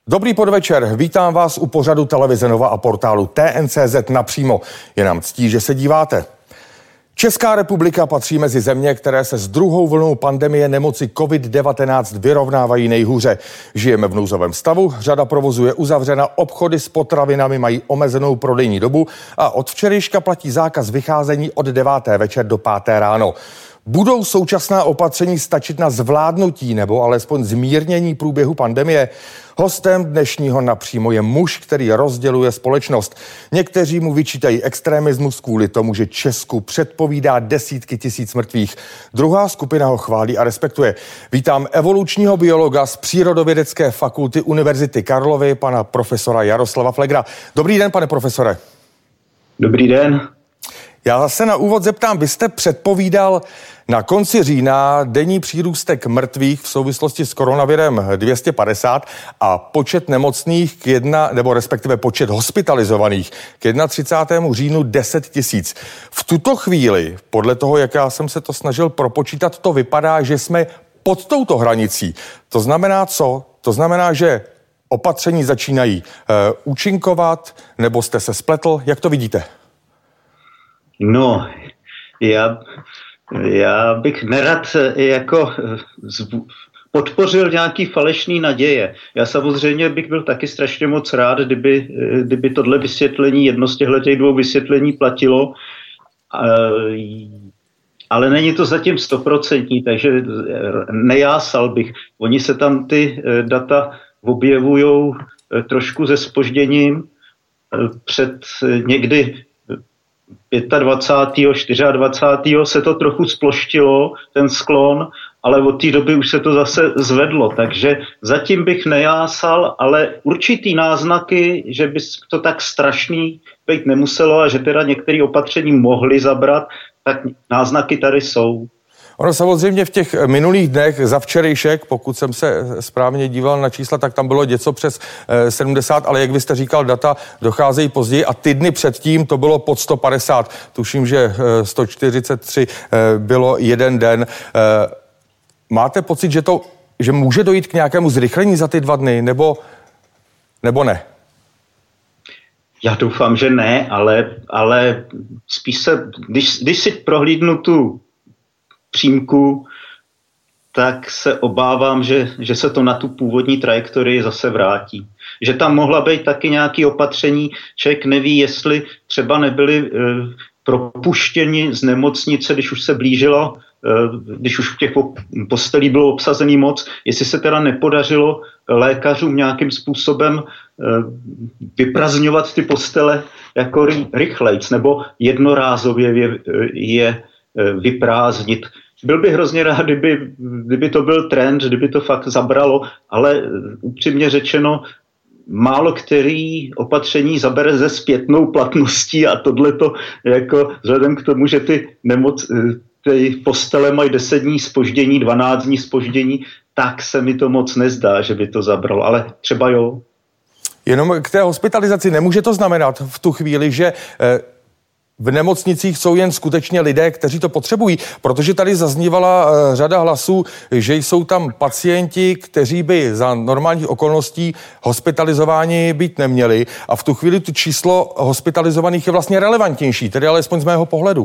Dobrý podvečer, vítám vás u pořadu Televize Nova a portálu TN.cz napřímo. Je nám ctí, že se díváte. Česká republika patří mezi země, které se s druhou vlnou pandemie nemoci COVID-19 vyrovnávají nejhůře. Žijeme v nouzovém stavu, řada provozů je uzavřena, obchody s potravinami mají omezenou prodejní dobu a od včerejška platí zákaz vycházení od 9. večer do 5. ráno. Budou současná opatření stačit na zvládnutí nebo alespoň zmírnění průběhu pandemie? Hostem dnešního napřímo je muž, který rozděluje společnost. Někteří mu vyčítají extremismus kvůli tomu, že Česku předpovídá desítky tisíc mrtvých. Druhá skupina ho chválí a respektuje. Vítám evolučního biologa z Přírodovědecké fakulty Univerzity Karlovy, pana profesora Jaroslava Flegra. Dobrý den, pane profesore. Dobrý den. Já se na úvod zeptám, vy jste předpovídal na konci října denní přírůstek mrtvých v souvislosti s koronavirem 250 a počet nemocných nebo respektive počet hospitalizovaných k 31. říjnu 10 tisíc. V tuto chvíli, podle toho, jak já jsem se to snažil propočítat, to vypadá, že jsme pod touto hranicí. To znamená co? To znamená, že opatření začínají účinkovat, nebo jste se spletl? Jak to vidíte? No, já bych nerad podpořil nějaký falešný naděje. Já samozřejmě bych byl taky strašně moc rád, kdyby tohle vysvětlení, jedno z těchto dvou vysvětlení platilo, ale není to zatím 100%, takže nejásal bych. Oni se tam ty data objevujou trošku se zpožděním. Před někdy 25. 24. se to trochu sploštilo, ten sklon, ale od té doby už se to zase zvedlo, takže zatím bych nejásal, ale určitý náznaky, že by to tak strašný být nemuselo a že teda některé opatření mohly zabrat, tak náznaky tady jsou. Ono samozřejmě v těch minulých dnech za včerejšek, pokud jsem se správně díval na čísla, tak tam bylo něco přes 70, ale jak vy jste říkal, data docházejí později a ty dny předtím to bylo pod 150. Tuším, že 143 bylo jeden den. Máte pocit, že může dojít k nějakému zrychlení za ty 2 dny, nebo ne? Já doufám, že ne, ale spíš když si prohlídnu tu přímku, tak se obávám, že se to na tu původní trajektorii zase vrátí. Že tam mohla být taky nějaké opatření, člověk neví, jestli třeba nebyli propuštěni z nemocnice, když už se blížilo, když už v těch postelí bylo obsazený moc, jestli se teda nepodařilo lékařům nějakým způsobem vyprazňovat ty postele jako rychlejc, nebo jednorázově je vyprázdnit. Byl bych hrozně rád, kdyby to byl trend, kdyby to fakt zabralo, ale upřímně řečeno, málo který opatření zabere ze zpětnou platností a tohleto jako vzhledem k tomu, že ty postele mají 10 dní zpoždění, 12 dní zpoždění, tak se mi to moc nezdá, že by to zabralo, ale třeba jo. Jenom k té hospitalizaci nemůže to znamenat v tu chvíli, že v nemocnicích jsou jen skutečně lidé, kteří to potřebují, protože tady zaznívala řada hlasů, že jsou tam pacienti, kteří by za normálních okolností hospitalizováni být neměli a v tu chvíli to číslo hospitalizovaných je vlastně relevantnější, tedy alespoň z mého pohledu.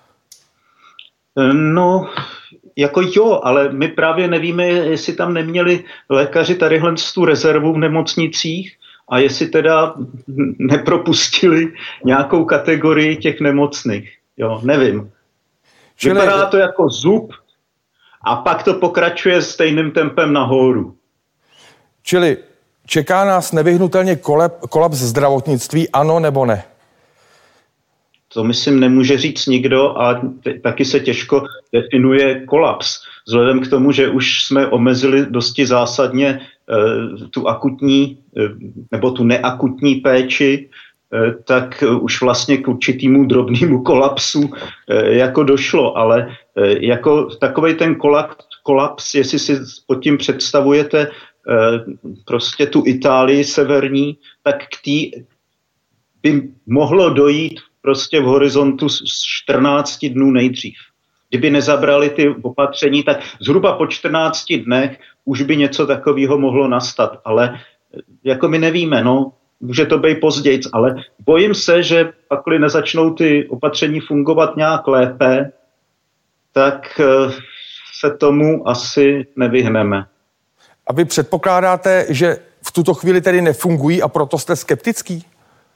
No, jako jo, ale my právě nevíme, jestli tam neměli lékaři tadyhle tu rezervu v nemocnicích, a jestli teda nepropustili nějakou kategorii těch nemocných. Jo, nevím. Vypadá to jako zub a pak to pokračuje stejným tempem nahoru. Čili čeká nás nevyhnutelně kolaps zdravotnictví, ano nebo ne? To myslím nemůže říct nikdo a taky se těžko definuje kolaps. Vzhledem k tomu, že už jsme omezili dosti zásadně tu akutní nebo tu neakutní péči, tak už vlastně k určitému drobnému kolapsu jako došlo, ale jako takovej ten kolaps, jestli si pod tím představujete prostě tu Itálii severní, tak k té by mohlo dojít prostě v horizontu 14 dnů nejdřív. Kdyby nezabrali ty opatření, tak zhruba po 14 dnech už by něco takového mohlo nastat, ale jako my nevíme, no, může to být později, ale bojím se, že pakli nezačnou ty opatření fungovat nějak lépe, tak se tomu asi nevyhneme. A vy předpokládáte, že v tuto chvíli tedy nefungují a proto jste skeptický?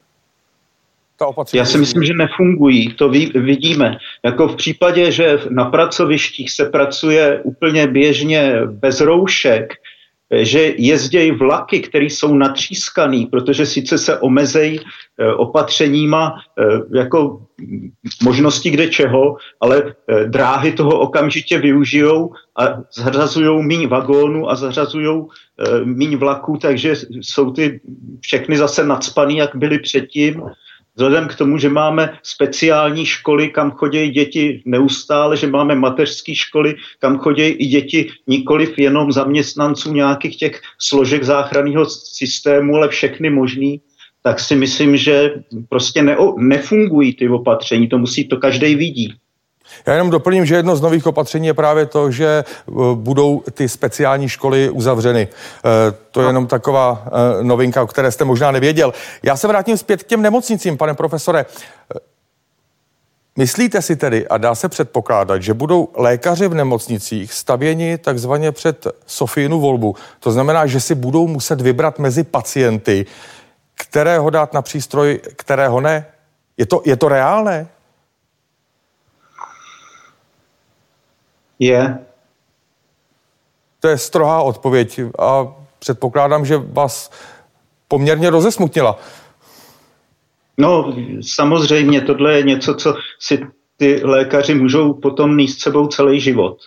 Já si myslím, že nefungují, to vidíme. Jako v případě, že na pracovištích se pracuje úplně běžně bez roušek, že jezdějí vlaky, které jsou natřískaný, protože sice se omezejí opatřeníma jako možnosti kde čeho, ale dráhy toho okamžitě využijou a zařazujou míň vagónů a zařazujou míň vlaků, takže jsou ty všechny zase nacpaný, jak byly předtím. Vzhledem k tomu, že máme speciální školy, kam chodí děti neustále, že máme mateřské školy, kam chodí i děti nikoliv jenom zaměstnanců nějakých těch složek záchranného systému, ale všechny možný, tak si myslím, že prostě nefungují ty opatření, to každej vidí. Já jenom doplním, že jedno z nových opatření je právě to, že budou ty speciální školy uzavřeny. To je jenom taková novinka, o které jste možná nevěděl. Já se vrátím zpět k těm nemocnicím, pane profesore. Myslíte si tedy, a dá se předpokládat, že budou lékaři v nemocnicích stavěni takzvaně před Sofijinu volbu? To znamená, že si budou muset vybrat mezi pacienty, kterého dát na přístroj, kterého ne? Je to reálné? Je. To je strohá odpověď a předpokládám, že vás poměrně rozesmutnila. No, samozřejmě, tohle je něco, co si ty lékaři můžou potom nést sebou celý život.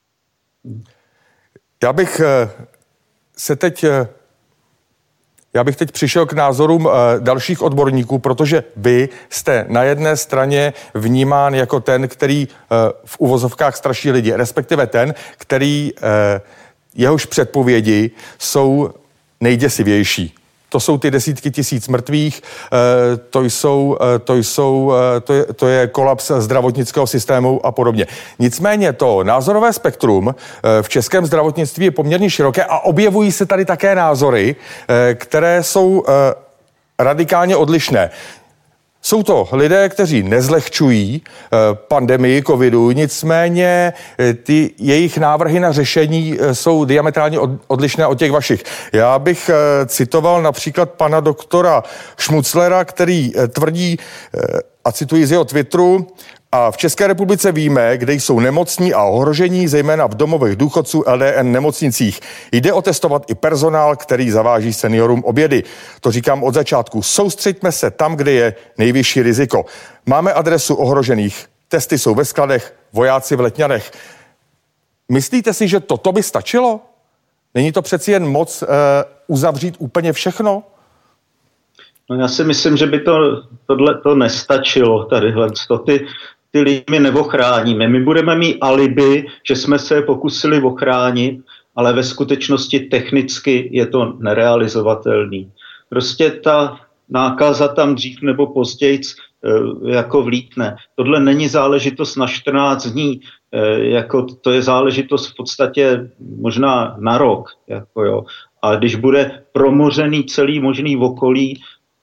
Já bych teď přišel k názorům dalších odborníků, protože vy jste na jedné straně vnímán jako ten, který v uvozovkách straší lidi, respektive ten, který jehož předpovědi jsou nejděsivější. To jsou ty desítky tisíc mrtvých, to je kolaps zdravotnického systému a podobně. Nicméně to názorové spektrum v českém zdravotnictví je poměrně široké a objevují se tady také názory, které jsou radikálně odlišné. Jsou to lidé, kteří nezlehčují pandemii covidu, nicméně ty jejich návrhy na řešení jsou diametrálně odlišné od těch vašich. Já bych citoval například pana doktora Šmuclera, který tvrdí, a cituji z jeho Twitteru, a v České republice víme, kde jsou nemocní a ohrožení, zejména v domovech důchodců, LDN nemocnicích. Jde otestovat i personál, který zaváží seniorům obědy. To říkám od začátku. Soustřeďme se tam, kde je nejvyšší riziko. Máme adresu ohrožených. Testy jsou ve skladech, vojáci v Letňanech. Myslíte si, že toto by stačilo? Není to přeci jen moc uzavřít úplně všechno? No já si myslím, že by tohle nestačilo tadyhle. Ty lidi my neochráníme. My budeme mít alibi, že jsme se pokusili ochránit, ale ve skutečnosti technicky je to nerealizovatelný. Prostě ta nákaza tam dřív nebo později jako vlítne. Tohle není záležitost na 14 dní, jako to je záležitost v podstatě možná na rok. Jako jo. A když bude promořený celý možný okolí,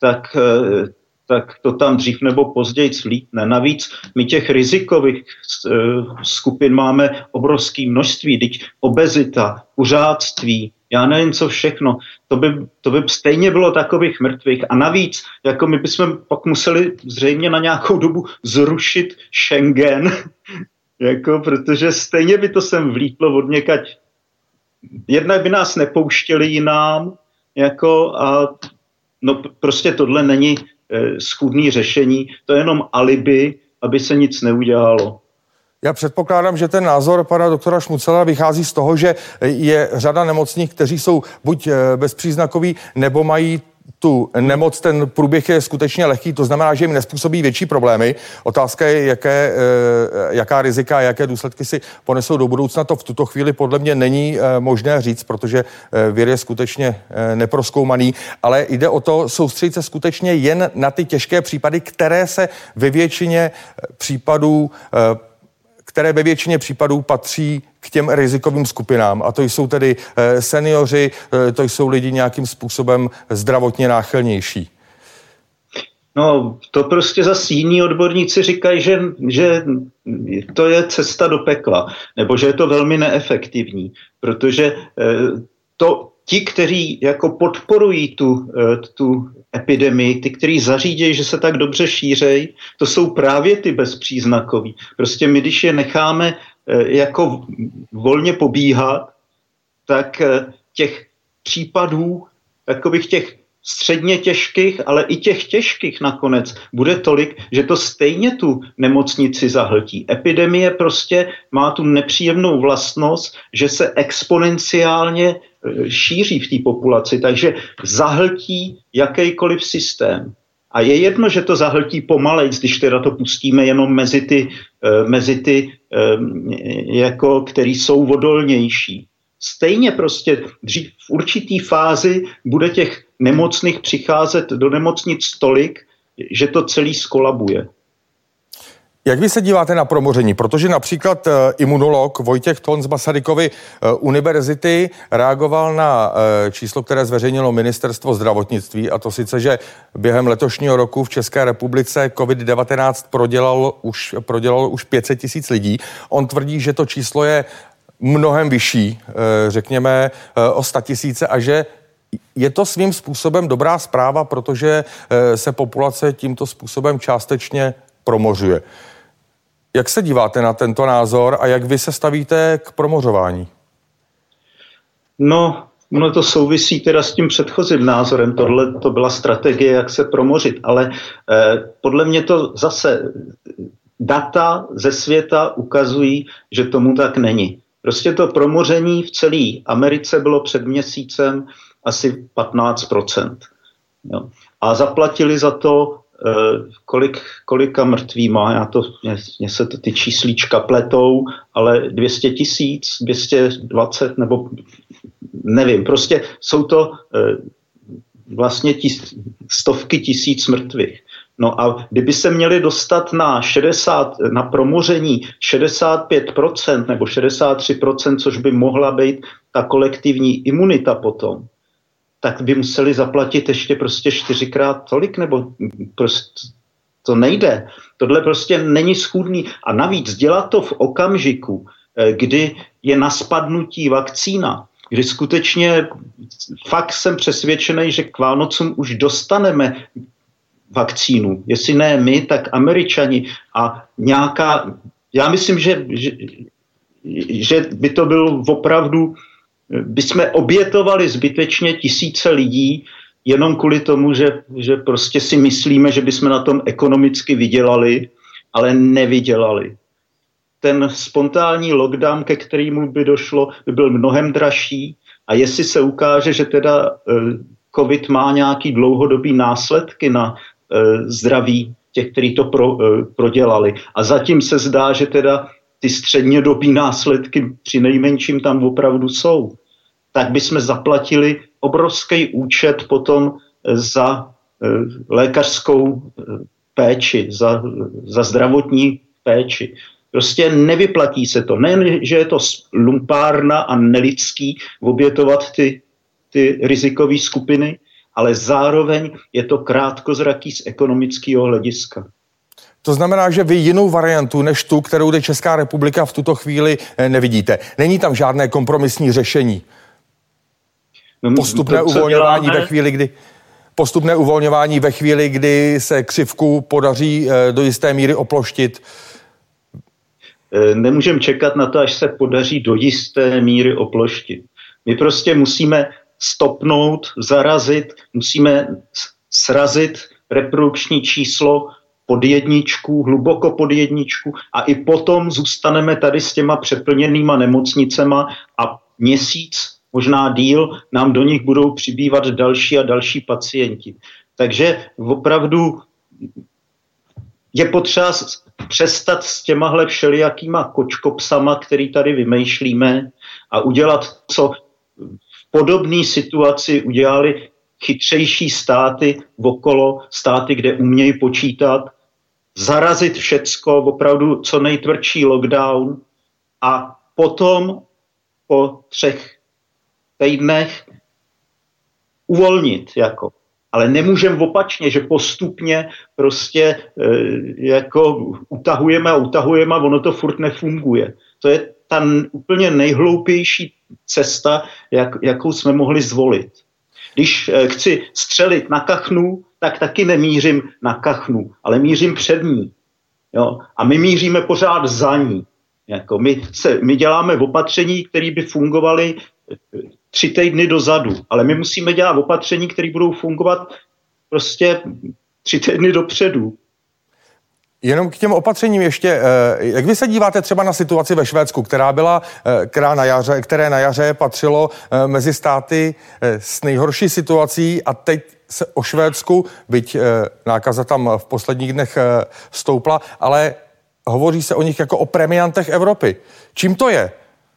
tak to tam dřív nebo později vlítne. Navíc my těch rizikových skupin máme obrovské množství, teď obezita, kuřáctví, já nevím co všechno, to by stejně bylo takových mrtvých. A navíc, jako my bychom pak museli zřejmě na nějakou dobu zrušit Schengen, jako, protože stejně by to sem vlítlo od někať. Jednak by nás nepouštěli jinam, jako a no prostě tohle není schůdný řešení, to je jenom alibi, aby se nic neudělalo. Já předpokládám, že ten názor pana doktora Šmucela vychází z toho, že je řada nemocných, kteří jsou buď bezpříznakoví, nebo mají tu nemoc, ten průběh je skutečně lehký, to znamená, že jim nezpůsobí větší problémy. Otázka je, jaká rizika a jaké důsledky si ponesou do budoucna. To v tuto chvíli podle mě není možné říct, protože vir je skutečně neprozkoumaný, ale jde o to soustředit se skutečně jen na ty těžké případy, které se ve většině případů které ve většině případů patří k těm rizikovým skupinám. A to jsou tedy seniori, to jsou lidi nějakým způsobem zdravotně náchylnější. No, to prostě zase jiní odborníci říkají, že to je cesta do pekla, nebo že je to velmi neefektivní, protože ti, kteří jako podporují tu epidemii, ty, kteří zařídějí, že se tak dobře šířejí, to jsou právě ty bezpříznakoví. Prostě my, když je necháme jako volně pobíhat, tak těch případů, takových těch středně těžkých, ale i těch těžkých nakonec bude tolik, že to stejně tu nemocnici zahltí. Epidemie prostě má tu nepříjemnou vlastnost, že se exponenciálně šíří v té populaci, takže zahltí jakýkoliv systém. A je jedno, že to zahltí pomalejc, když teda to pustíme jenom mezi ty jako, který jsou odolnější. Stejně prostě dřív v určitý fázi bude těch nemocných přicházet do nemocnic tolik, že to celý skolabuje. Jak vy se díváte na promoření? Protože například imunolog Vojtěch Thon z Masarykovy univerzity reagoval na číslo, které zveřejnilo ministerstvo zdravotnictví, a to sice, že během letošního roku v České republice COVID-19 prodělalo už 500 000 lidí. On tvrdí, že to číslo je mnohem vyšší, řekněme o 100 000, a že je to svým způsobem dobrá zpráva, protože se populace tímto způsobem částečně promořuje. Jak se díváte na tento názor a jak vy se stavíte k promořování? No, ono to souvisí teda s tím předchozím názorem. Tohle to byla strategie, jak se promořit, ale podle mě to zase data ze světa ukazují, že tomu tak není. Prostě to promoření v celé Americe bylo před měsícem asi 15%. Jo. A zaplatili za to kolika mrtvýma, mně se ty číslíčka pletou, ale 200 000, 220 nebo nevím, prostě jsou to vlastně stovky tisíc mrtvých. No a kdyby se měli dostat na promoření 65% nebo 63%, což by mohla být ta kolektivní imunita potom, tak by museli zaplatit ještě prostě 4x tolik, nebo prostě to nejde. Tohle prostě není schůdný. A navíc dělat to v okamžiku, kdy je na spadnutí vakcína, kdy skutečně fakt jsem přesvědčený, že k Vánocům už dostaneme vakcínu. Jestli ne my, tak Američani. A já myslím, že by to byl opravdu, by jsme obětovali zbytečně tisíce lidí jenom kvůli tomu, že prostě si myslíme, že bychom na tom ekonomicky vydělali, ale nevydělali. Ten spontánní lockdown, ke kterému by došlo, by byl mnohem dražší, a jestli se ukáže, že teda COVID má nějaký dlouhodobý následky na zdraví těch, kteří to prodělali. A zatím se zdá, že teda ty střednědobý následky při nejmenším tam opravdu jsou. Tak bychom zaplatili obrovský účet potom za lékařskou péči, za zdravotní péči. Prostě nevyplatí se to. Nejen, že je to lumpárna a nelidský obětovat ty rizikové skupiny, ale zároveň je to krátkozraký z ekonomického hlediska. To znamená, že vy jinou variantu než tu, kterou jde Česká republika v tuto chvíli, nevidíte. Není tam žádné kompromisní řešení. Postupné uvolňování ve chvíli, kdy se křivku podaří do jisté míry oploštit. Nemůžeme čekat na to, až se podaří do jisté míry oploštit. My prostě musíme stopnout, zarazit, musíme srazit reprodukční číslo pod 1, hluboko pod 1, a i potom zůstaneme tady s těma přeplněnýma nemocnicema a měsíc, možná díl, nám do nich budou přibývat další a další pacienti. Takže opravdu je potřeba přestat s těmahle všelijakýma kočkopsama, který tady vymýšlíme, a udělat, co v podobné situaci udělali chytřejší státy okolo, státy, kde umějí počítat, zarazit všecko, opravdu co nejtvrdší lockdown a potom po 3 týdnech uvolnit, jako. Ale nemůžeme opačně, že postupně prostě jako utahujeme a ono to furt nefunguje. To je ta úplně nejhloupější cesta, jakou jsme mohli zvolit. Když chci střelit na kachnu, tak taky nemířím na kachnu, ale mířím před ní. Jo? A my míříme pořád za ní. Jako my děláme opatření, které by fungovaly 3 týdny dozadu, ale my musíme dělat opatření, které budou fungovat prostě 3 týdny dopředu. Jenom k těm opatřením ještě, jak vy se díváte třeba na situaci ve Švédsku, které na jaře patřilo mezi státy s nejhorší situací a teď se o Švédsku, byť nákaza tam v posledních dnech stoupla, ale hovoří se o nich jako o premiantech Evropy. Čím to je?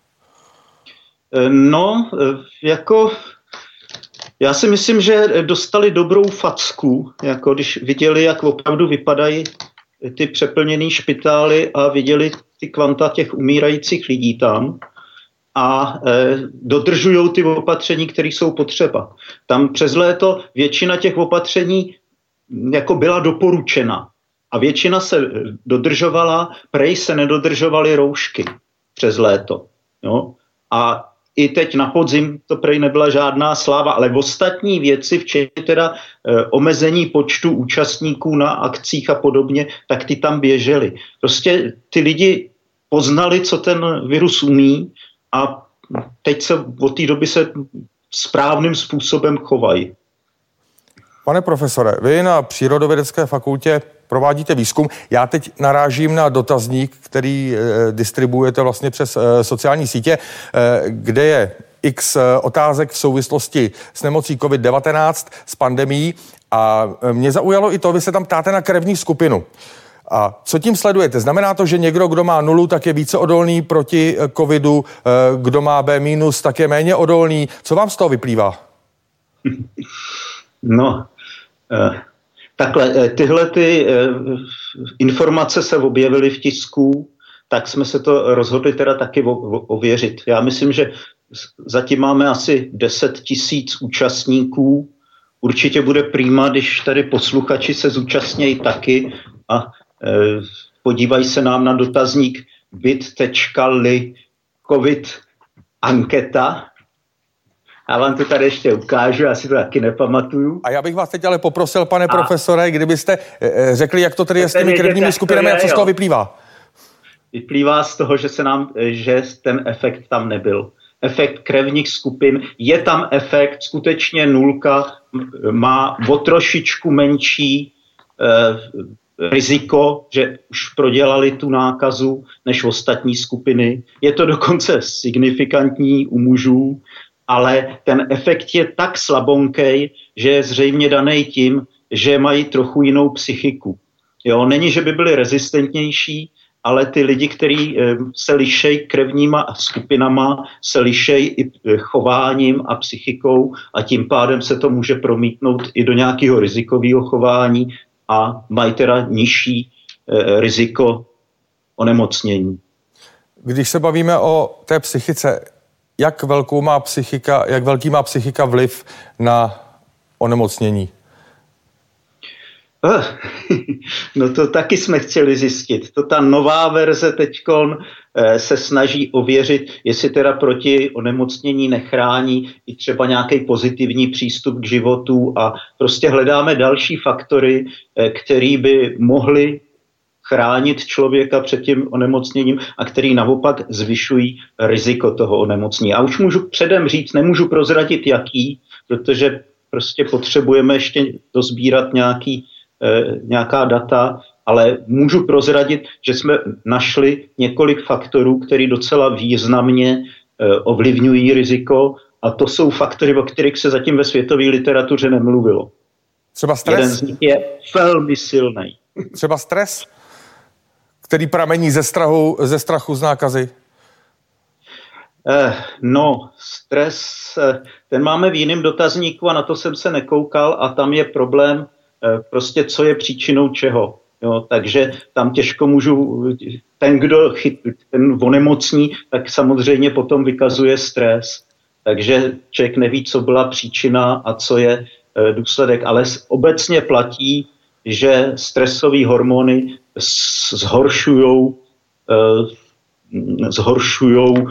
No, jako já si myslím, že dostali dobrou facku, jako když viděli, jak opravdu vypadají ty přeplněné špitály a viděli ty kvanta těch umírajících lidí tam a dodržují ty opatření, které jsou potřeba. Tam přes léto většina těch opatření jako byla doporučena a většina se dodržovala, prej se nedodržovaly roušky přes léto. Jo? A i teď na podzim to prej nebyla žádná sláva, ale v ostatní věci, včetně teda omezení počtu účastníků na akcích a podobně, tak ty tam běžely. Prostě ty lidi poznali, co ten virus umí a teď se od té doby se správným způsobem chovají. Pane profesore, vy na Přírodovědecké fakultě provádíte výzkum. Já teď narážím na dotazník, který distribuujete vlastně přes sociální sítě, kde je x otázek v souvislosti s nemocí COVID-19, s pandemií a mě zaujalo i to, vy se tam ptáte na krevní skupinu. A co tím sledujete? Znamená to, že někdo, kdo má 0, tak je více odolný proti covidu, kdo má B-, tak je méně odolný. Co vám z toho vyplývá? No, takhle, tyhle informace se objevily v tisku, tak jsme se to rozhodli teda taky ověřit. Já myslím, že zatím máme asi 10 000 účastníků. Určitě bude prima, když tady posluchači se zúčastnějí taky a podívají se nám na dotazník bit.ly covid anketa. Já vám to tady ještě ukážu, já si to taky nepamatuju. A já bych vás teď ale poprosil, pane profesore, kdybyste řekli, jak to tedy je s těmi krevními skupinami a co z toho vyplývá. Vyplývá z toho, že ten efekt tam nebyl. Efekt krevních skupin, je tam efekt, skutečně 0 má o trošičku menší riziko, že už prodělali tu nákazu než ostatní skupiny. Je to dokonce signifikantní u mužů, ale ten efekt je tak slabonkej, že je zřejmě daný tím, že mají trochu jinou psychiku. Jo, není, že by byli rezistentnější, ale ty lidi, kteří se lišejí krevníma skupinama, se lišejí i chováním a psychikou a tím pádem se to může promítnout i do nějakého rizikového chování a mají teda nižší riziko onemocnění. Když se bavíme o té psychice, jak velký má psychika vliv na onemocnění? No to taky jsme chtěli zjistit. To ta nová verze teďkon se snaží ověřit, jestli teda proti onemocnění nechrání i třeba nějaký pozitivní přístup k životu a prostě hledáme další faktory, které by mohly chránit člověka před tím onemocněním a který naopak zvyšují riziko toho onemocnění. A už můžu předem říct, nemůžu prozradit jaký, protože prostě potřebujeme ještě dozbírat nějaká data, ale můžu prozradit, že jsme našli několik faktorů, které docela významně ovlivňují riziko a to jsou faktory, o kterých se zatím ve světové literatuře nemluvilo. Třeba stres? Jeden z nich je velmi silný. Třeba stres, který pramení ze strachu z nákazy? No, stres, ten máme v jiném dotazníku a na to jsem se nekoukal a tam je problém prostě, co je příčinou čeho. Jo, takže tam těžko můžu, ten onemocní, tak samozřejmě potom vykazuje stres. Takže člověk neví, co byla příčina a co je důsledek. Ale obecně platí, že stresové hormony zhoršují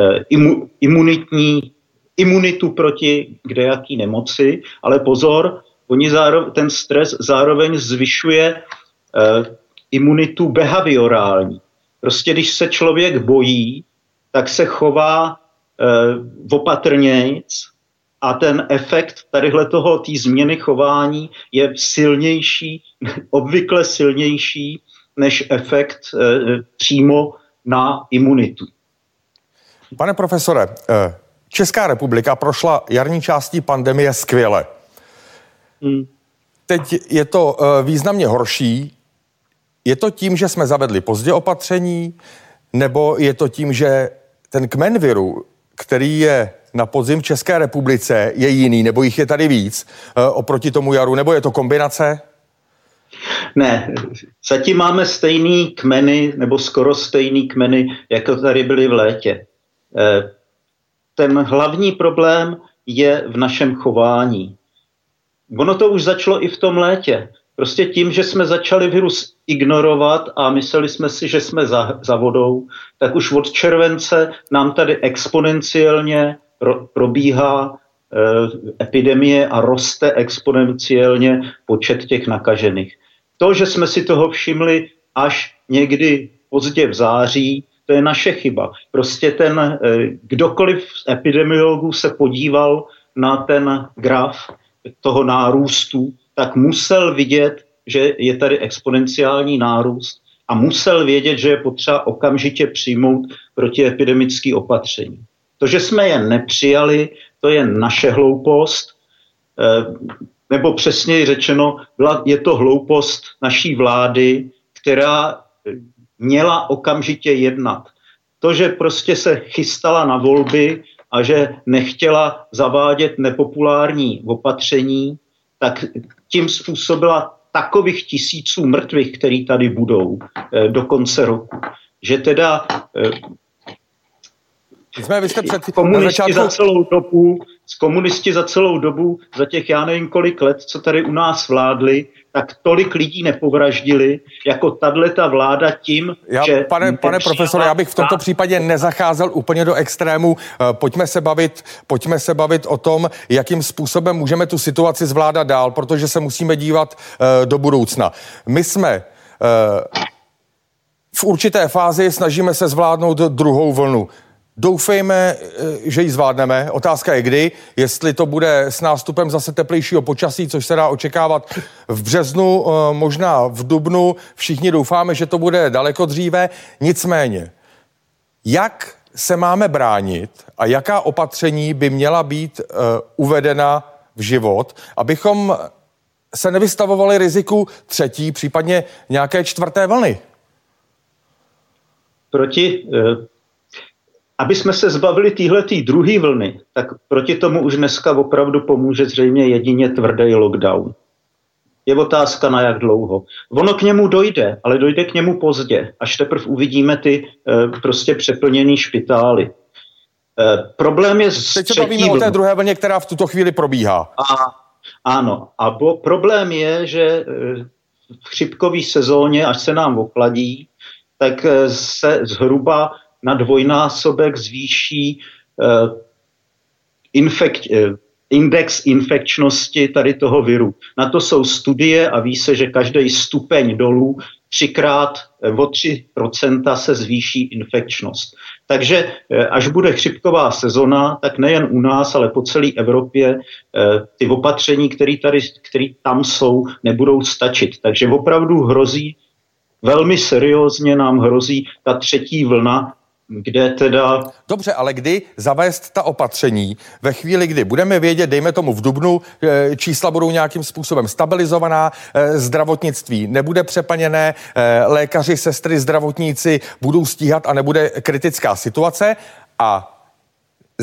imunitu proti kdejaký nemoci, ale pozor, ten stres zároveň zvyšuje imunitu behaviorální. Prostě když se člověk bojí, tak se chová opatrnějc a ten efekt té změny chování je silnější, obvykle silnější než efekt přímo na imunitu. Pane profesore, Česká republika prošla jarní částí pandemie skvěle. Teď je to významně horší. Je to tím, že jsme zavedli pozdě opatření, nebo je to tím, že ten kmen viru, který je na podzim v České republice, je jiný, nebo jich je tady víc oproti tomu jaru, nebo je to kombinace? Ne, zatím máme stejný kmeny, nebo skoro stejný kmeny, jako tady byly v létě. Ten hlavní problém je v našem chování. Ono to už začalo i v tom létě. Prostě tím, že jsme začali virus ignorovat a mysleli jsme si, že jsme za vodou, tak už od července nám tady exponenciálně probíhá epidemie a roste exponenciálně počet těch nakažených. To, že jsme si toho všimli až někdy pozdě v září, to je naše chyba. Prostě kdokoliv z epidemiologů se podíval na ten graf toho nárůstu, tak musel vidět, že je tady exponenciální nárůst a musel vědět, že je potřeba okamžitě přijmout protiepidemické opatření. To, že jsme je nepřijali, to je naše hloupost, nebo přesněji řečeno, je to hloupost naší vlády, která měla okamžitě jednat. To, že prostě se chystala na volby a že nechtěla zavádět nepopulární opatření, tak tím způsobila takových tisíců mrtvých, který tady budou do konce roku. Že teda komunisti za celou dobu, za těch já nevím kolik let, co tady u nás vládli, tak tolik lidí nepovraždili, jako tato vláda tím, že... Pane profesore, já bych v tomto případě nezacházel úplně do extrému. Pojďme se bavit o tom, jakým způsobem můžeme tu situaci zvládat dál, protože se musíme dívat do budoucna. My jsme v určité fázi snažíme se zvládnout druhou vlnu. Doufejme, že ji zvládneme. Otázka je kdy, jestli to bude s nástupem zase teplejšího počasí, což se dá očekávat v březnu, možná v dubnu. Všichni doufáme, že to bude daleko dříve. Nicméně, jak se máme bránit a jaká opatření by měla být uvedena v život, abychom se nevystavovali riziku třetí, případně nějaké čtvrté vlny? Aby jsme se zbavili téhletý druhé vlny, tak proti tomu už dneska opravdu pomůže zřejmě jedině tvrdý lockdown. Je otázka na jak dlouho. Ono k němu dojde, ale dojde k němu pozdě, až teprve uvidíme ty prostě přeplněný špitály. Problém je teď se bavíme o té druhé vlně, která v tuto chvíli probíhá. Ano. A problém je, že v chřipkové sezóně, až se nám ochladí, tak se zhruba na dvojnásobek zvýší index infekčnosti tady toho viru. Na to jsou studie a ví se, že každý stupeň dolů 3% se zvýší infekčnost. Takže až bude chřipková sezona, tak nejen u nás, ale po celé Evropě ty opatření, které tam jsou, nebudou stačit. Takže opravdu hrozí, velmi seriózně nám hrozí ta třetí vlna, kde teda... Dobře, ale kdy zavést ta opatření? Ve chvíli, kdy budeme vědět, dejme tomu v dubnu, čísla budou nějakým způsobem stabilizovaná, zdravotnictví nebude přeplněné, lékaři, sestry, zdravotníci budou stíhat a nebude kritická situace a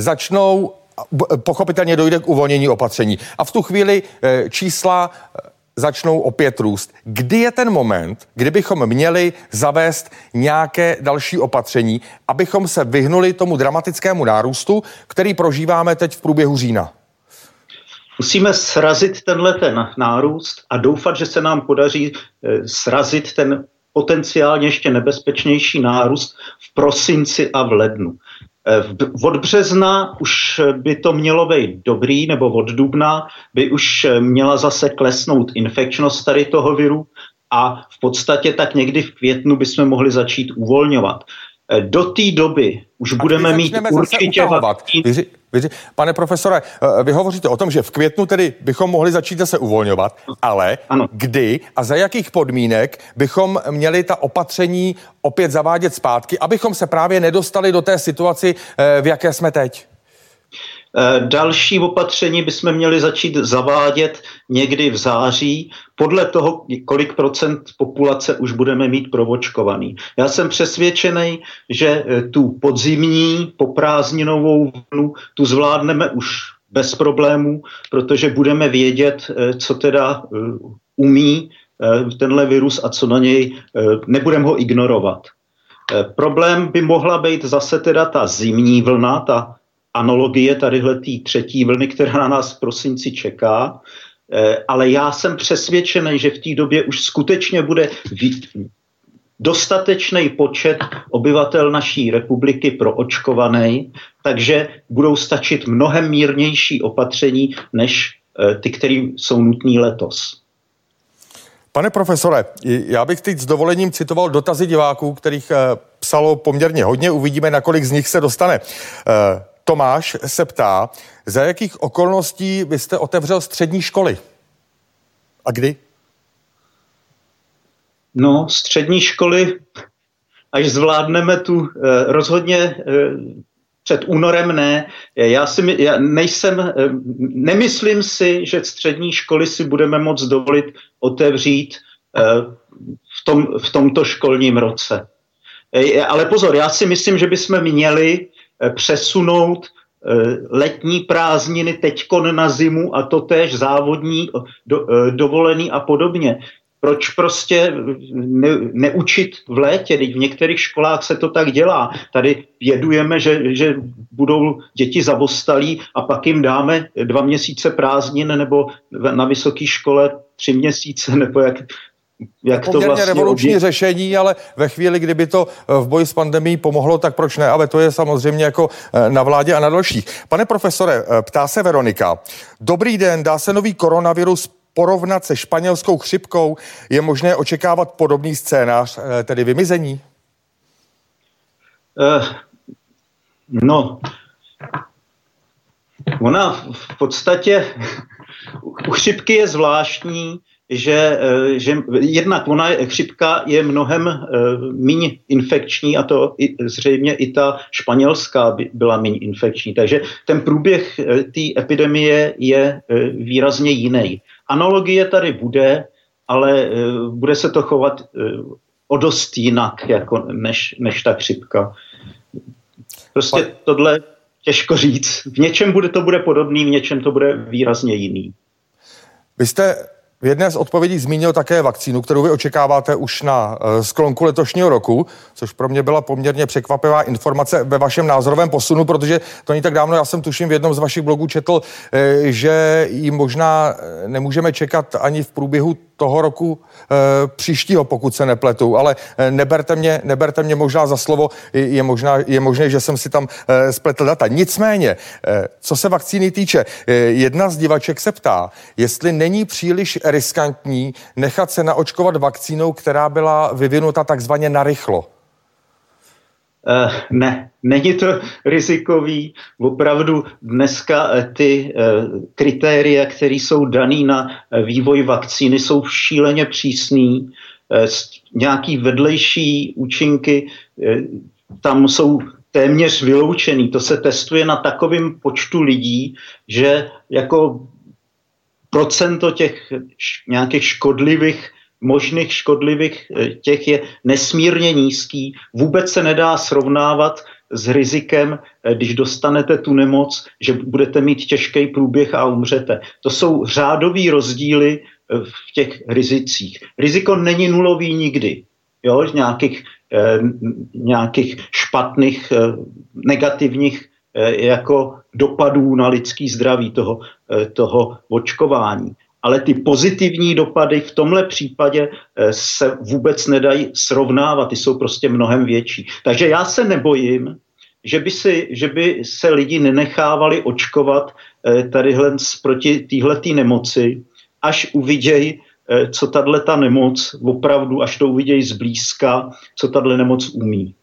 pochopitelně dojde k uvolnění opatření. A v tu chvíli čísla začnou opět růst. Kdy je ten moment, kdybychom měli zavést nějaké další opatření, abychom se vyhnuli tomu dramatickému nárůstu, který prožíváme teď v průběhu října? Musíme srazit ten nárůst a doufat, že se nám podaří srazit ten potenciálně ještě nebezpečnější nárůst v prosinci a v lednu. Od března už by to mělo být dobrý, nebo od dubna by už měla zase klesnout infekčnost tady toho viru a v podstatě tak někdy v květnu bychom mohli začít uvolňovat. Do té doby už budeme mít určitě... Pane profesore, vy hovoříte o tom, že v květnu tedy bychom mohli začít zase uvolňovat, ale ano. Kdy a za jakých podmínek bychom měli ta opatření opět zavádět zpátky, abychom se právě nedostali do té situaci, v jaké jsme teď? Další opatření bychom měli začít zavádět někdy v září, podle toho, kolik procent populace už budeme mít proočkovaný. Já jsem přesvědčený, že tu podzimní poprázdninovou vlnu tu zvládneme už bez problémů, protože budeme vědět, co teda umí tenhle virus a co na něj, nebudeme ho ignorovat. Problém by mohla být zase teda ta zimní vlna, ta analogie tadyhletý třetí vlny, která na nás v prosinci čeká, ale já jsem přesvědčený, že v té době už skutečně bude dostatečný počet obyvatel naší republiky proočkovaný, takže budou stačit mnohem mírnější opatření, než ty, které jsou nutné letos. Pane profesore, já bych teď s dovolením citoval dotazy diváků, kterých psalo poměrně hodně, uvidíme, na kolik z nich se dostane. Tomáš se ptá, za jakých okolností byste otevřel střední školy? A kdy? No, střední školy, až zvládneme tu rozhodně před únorem ne. Nemyslím si, že střední školy si budeme moct dovolit otevřít v tomto školním roce. Ale pozor, já si myslím, že bychom měli přesunout letní prázdniny teďkon na zimu a totéž závodní dovolený a podobně. Proč prostě neučit v létě? Teď v některých školách se to tak dělá. Tady jedujeme, že budou děti zavostalí a pak jim dáme 2 měsíce prázdnin nebo na vysoké škole 3 měsíce, nebo jak to vlastně revoluční řešení, ale ve chvíli, kdyby to v boji s pandemií pomohlo, tak proč ne? Ale to je samozřejmě jako na vládě a na dalších. Pane profesore, ptá se Veronika. Dobrý den, dá se nový koronavirus porovnat se španělskou chřipkou? Je možné očekávat podobný scénář, tedy vymizení? Ona v podstatě u chřipky je zvláštní, že jednak chřipka je mnohem míň infekční a to zřejmě i ta španělská byla míň infekční. Takže ten průběh té epidemie je výrazně jiný. Analogie tady bude, ale bude se to chovat o dost jinak, jako než ta chřipka. Prostě tohle těžko říct. V něčem to bude podobný, v něčem to bude výrazně jiný. Vy jste v jedné z odpovědí zmínil také vakcínu, kterou vy očekáváte už na sklonku letošního roku, což pro mě byla poměrně překvapivá informace ve vašem názorovém posunu, protože to není tak dávno, já jsem tuším v jednom z vašich blogů četl, že ji možná nemůžeme čekat ani v průběhu toho roku příštího, pokud se nepletu, ale neberte mě možná za slovo, je možné, že jsem si tam spletl data. Nicméně, co se vakcíny týče, jedna z divaček se ptá, jestli není příliš riskantní nechat se naočkovat vakcínou, která byla vyvinuta takzvaně narychlo. Ne, není to rizikový. Opravdu dneska ty kritéria, které jsou daný na vývoj vakcíny, jsou šíleně přísný. Nějaký vedlejší účinky tam jsou téměř vyloučený. To se testuje na takovém počtu lidí, že jako procento těch nějakých možných škodlivých těch je nesmírně nízký. Vůbec se nedá srovnávat s rizikem, když dostanete tu nemoc, že budete mít těžký průběh a umřete. To jsou řádový rozdíly v těch rizicích. Riziko není nulový nikdy. Jo, nějakých špatných, negativních jako dopadů na lidský zdraví toho očkování. Ale ty pozitivní dopady v tomhle případě se vůbec nedají srovnávat, ty jsou prostě mnohem větší. Takže já se nebojím, že by se lidi nenechávali očkovat tadyhle proti téhletý nemoci, až uvidějí, co tato nemoc opravdu, až to uvidějí zblízka, co tato nemoc umí.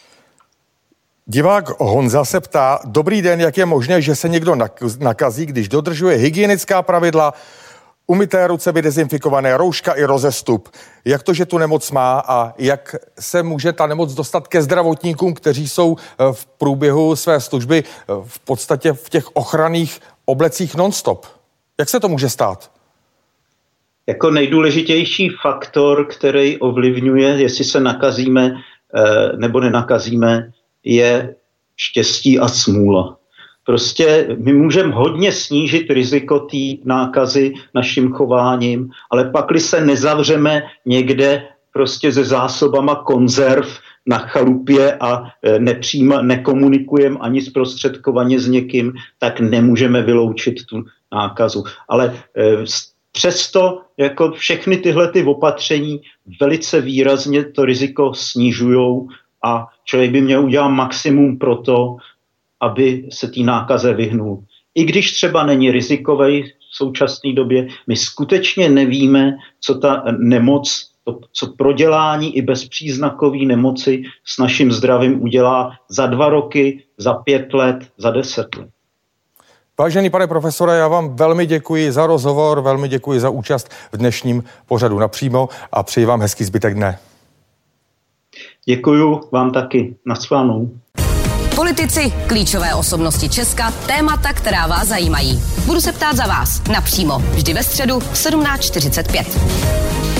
Divák Honza se ptá, dobrý den, jak je možné, že se někdo nakazí, když dodržuje hygienická pravidla, umyté ruce, vydezinfikované, rouška i rozestup. Jak to, že tu nemoc má a jak se může ta nemoc dostat ke zdravotníkům, kteří jsou v průběhu své služby v podstatě v těch ochranných oblecích non-stop? Jak se to může stát? Jako nejdůležitější faktor, který ovlivňuje, jestli se nakazíme nebo nenakazíme, je štěstí a smůla. Prostě my můžeme hodně snížit riziko té nákazy naším chováním, ale pakli se nezavřeme někde prostě se zásobama konzerv na chalupě a nekomunikujeme ani zprostředkovaně s někým, tak nemůžeme vyloučit tu nákazu. Ale přesto jako všechny tyhle ty opatření velice výrazně to riziko snižujou a člověk by měl udělat maximum pro to, aby se té nákaze vyhnul. I když třeba není rizikový v současné době, my skutečně nevíme, co ta nemoc, co prodělání i bezpříznakové nemoci s naším zdravím udělá za 2 roky, za 5 let, za 10 let. Vážený pane profesore, já vám velmi děkuji za rozhovor, velmi děkuji za účast v dnešním pořadu Napřímo a přeji vám hezký zbytek dne. Děkuju vám taky. Nashledanou. Politici, klíčové osobnosti Česka, témata, která vás zajímají. Budu se ptát za vás napřímo, vždy ve středu v 17:45.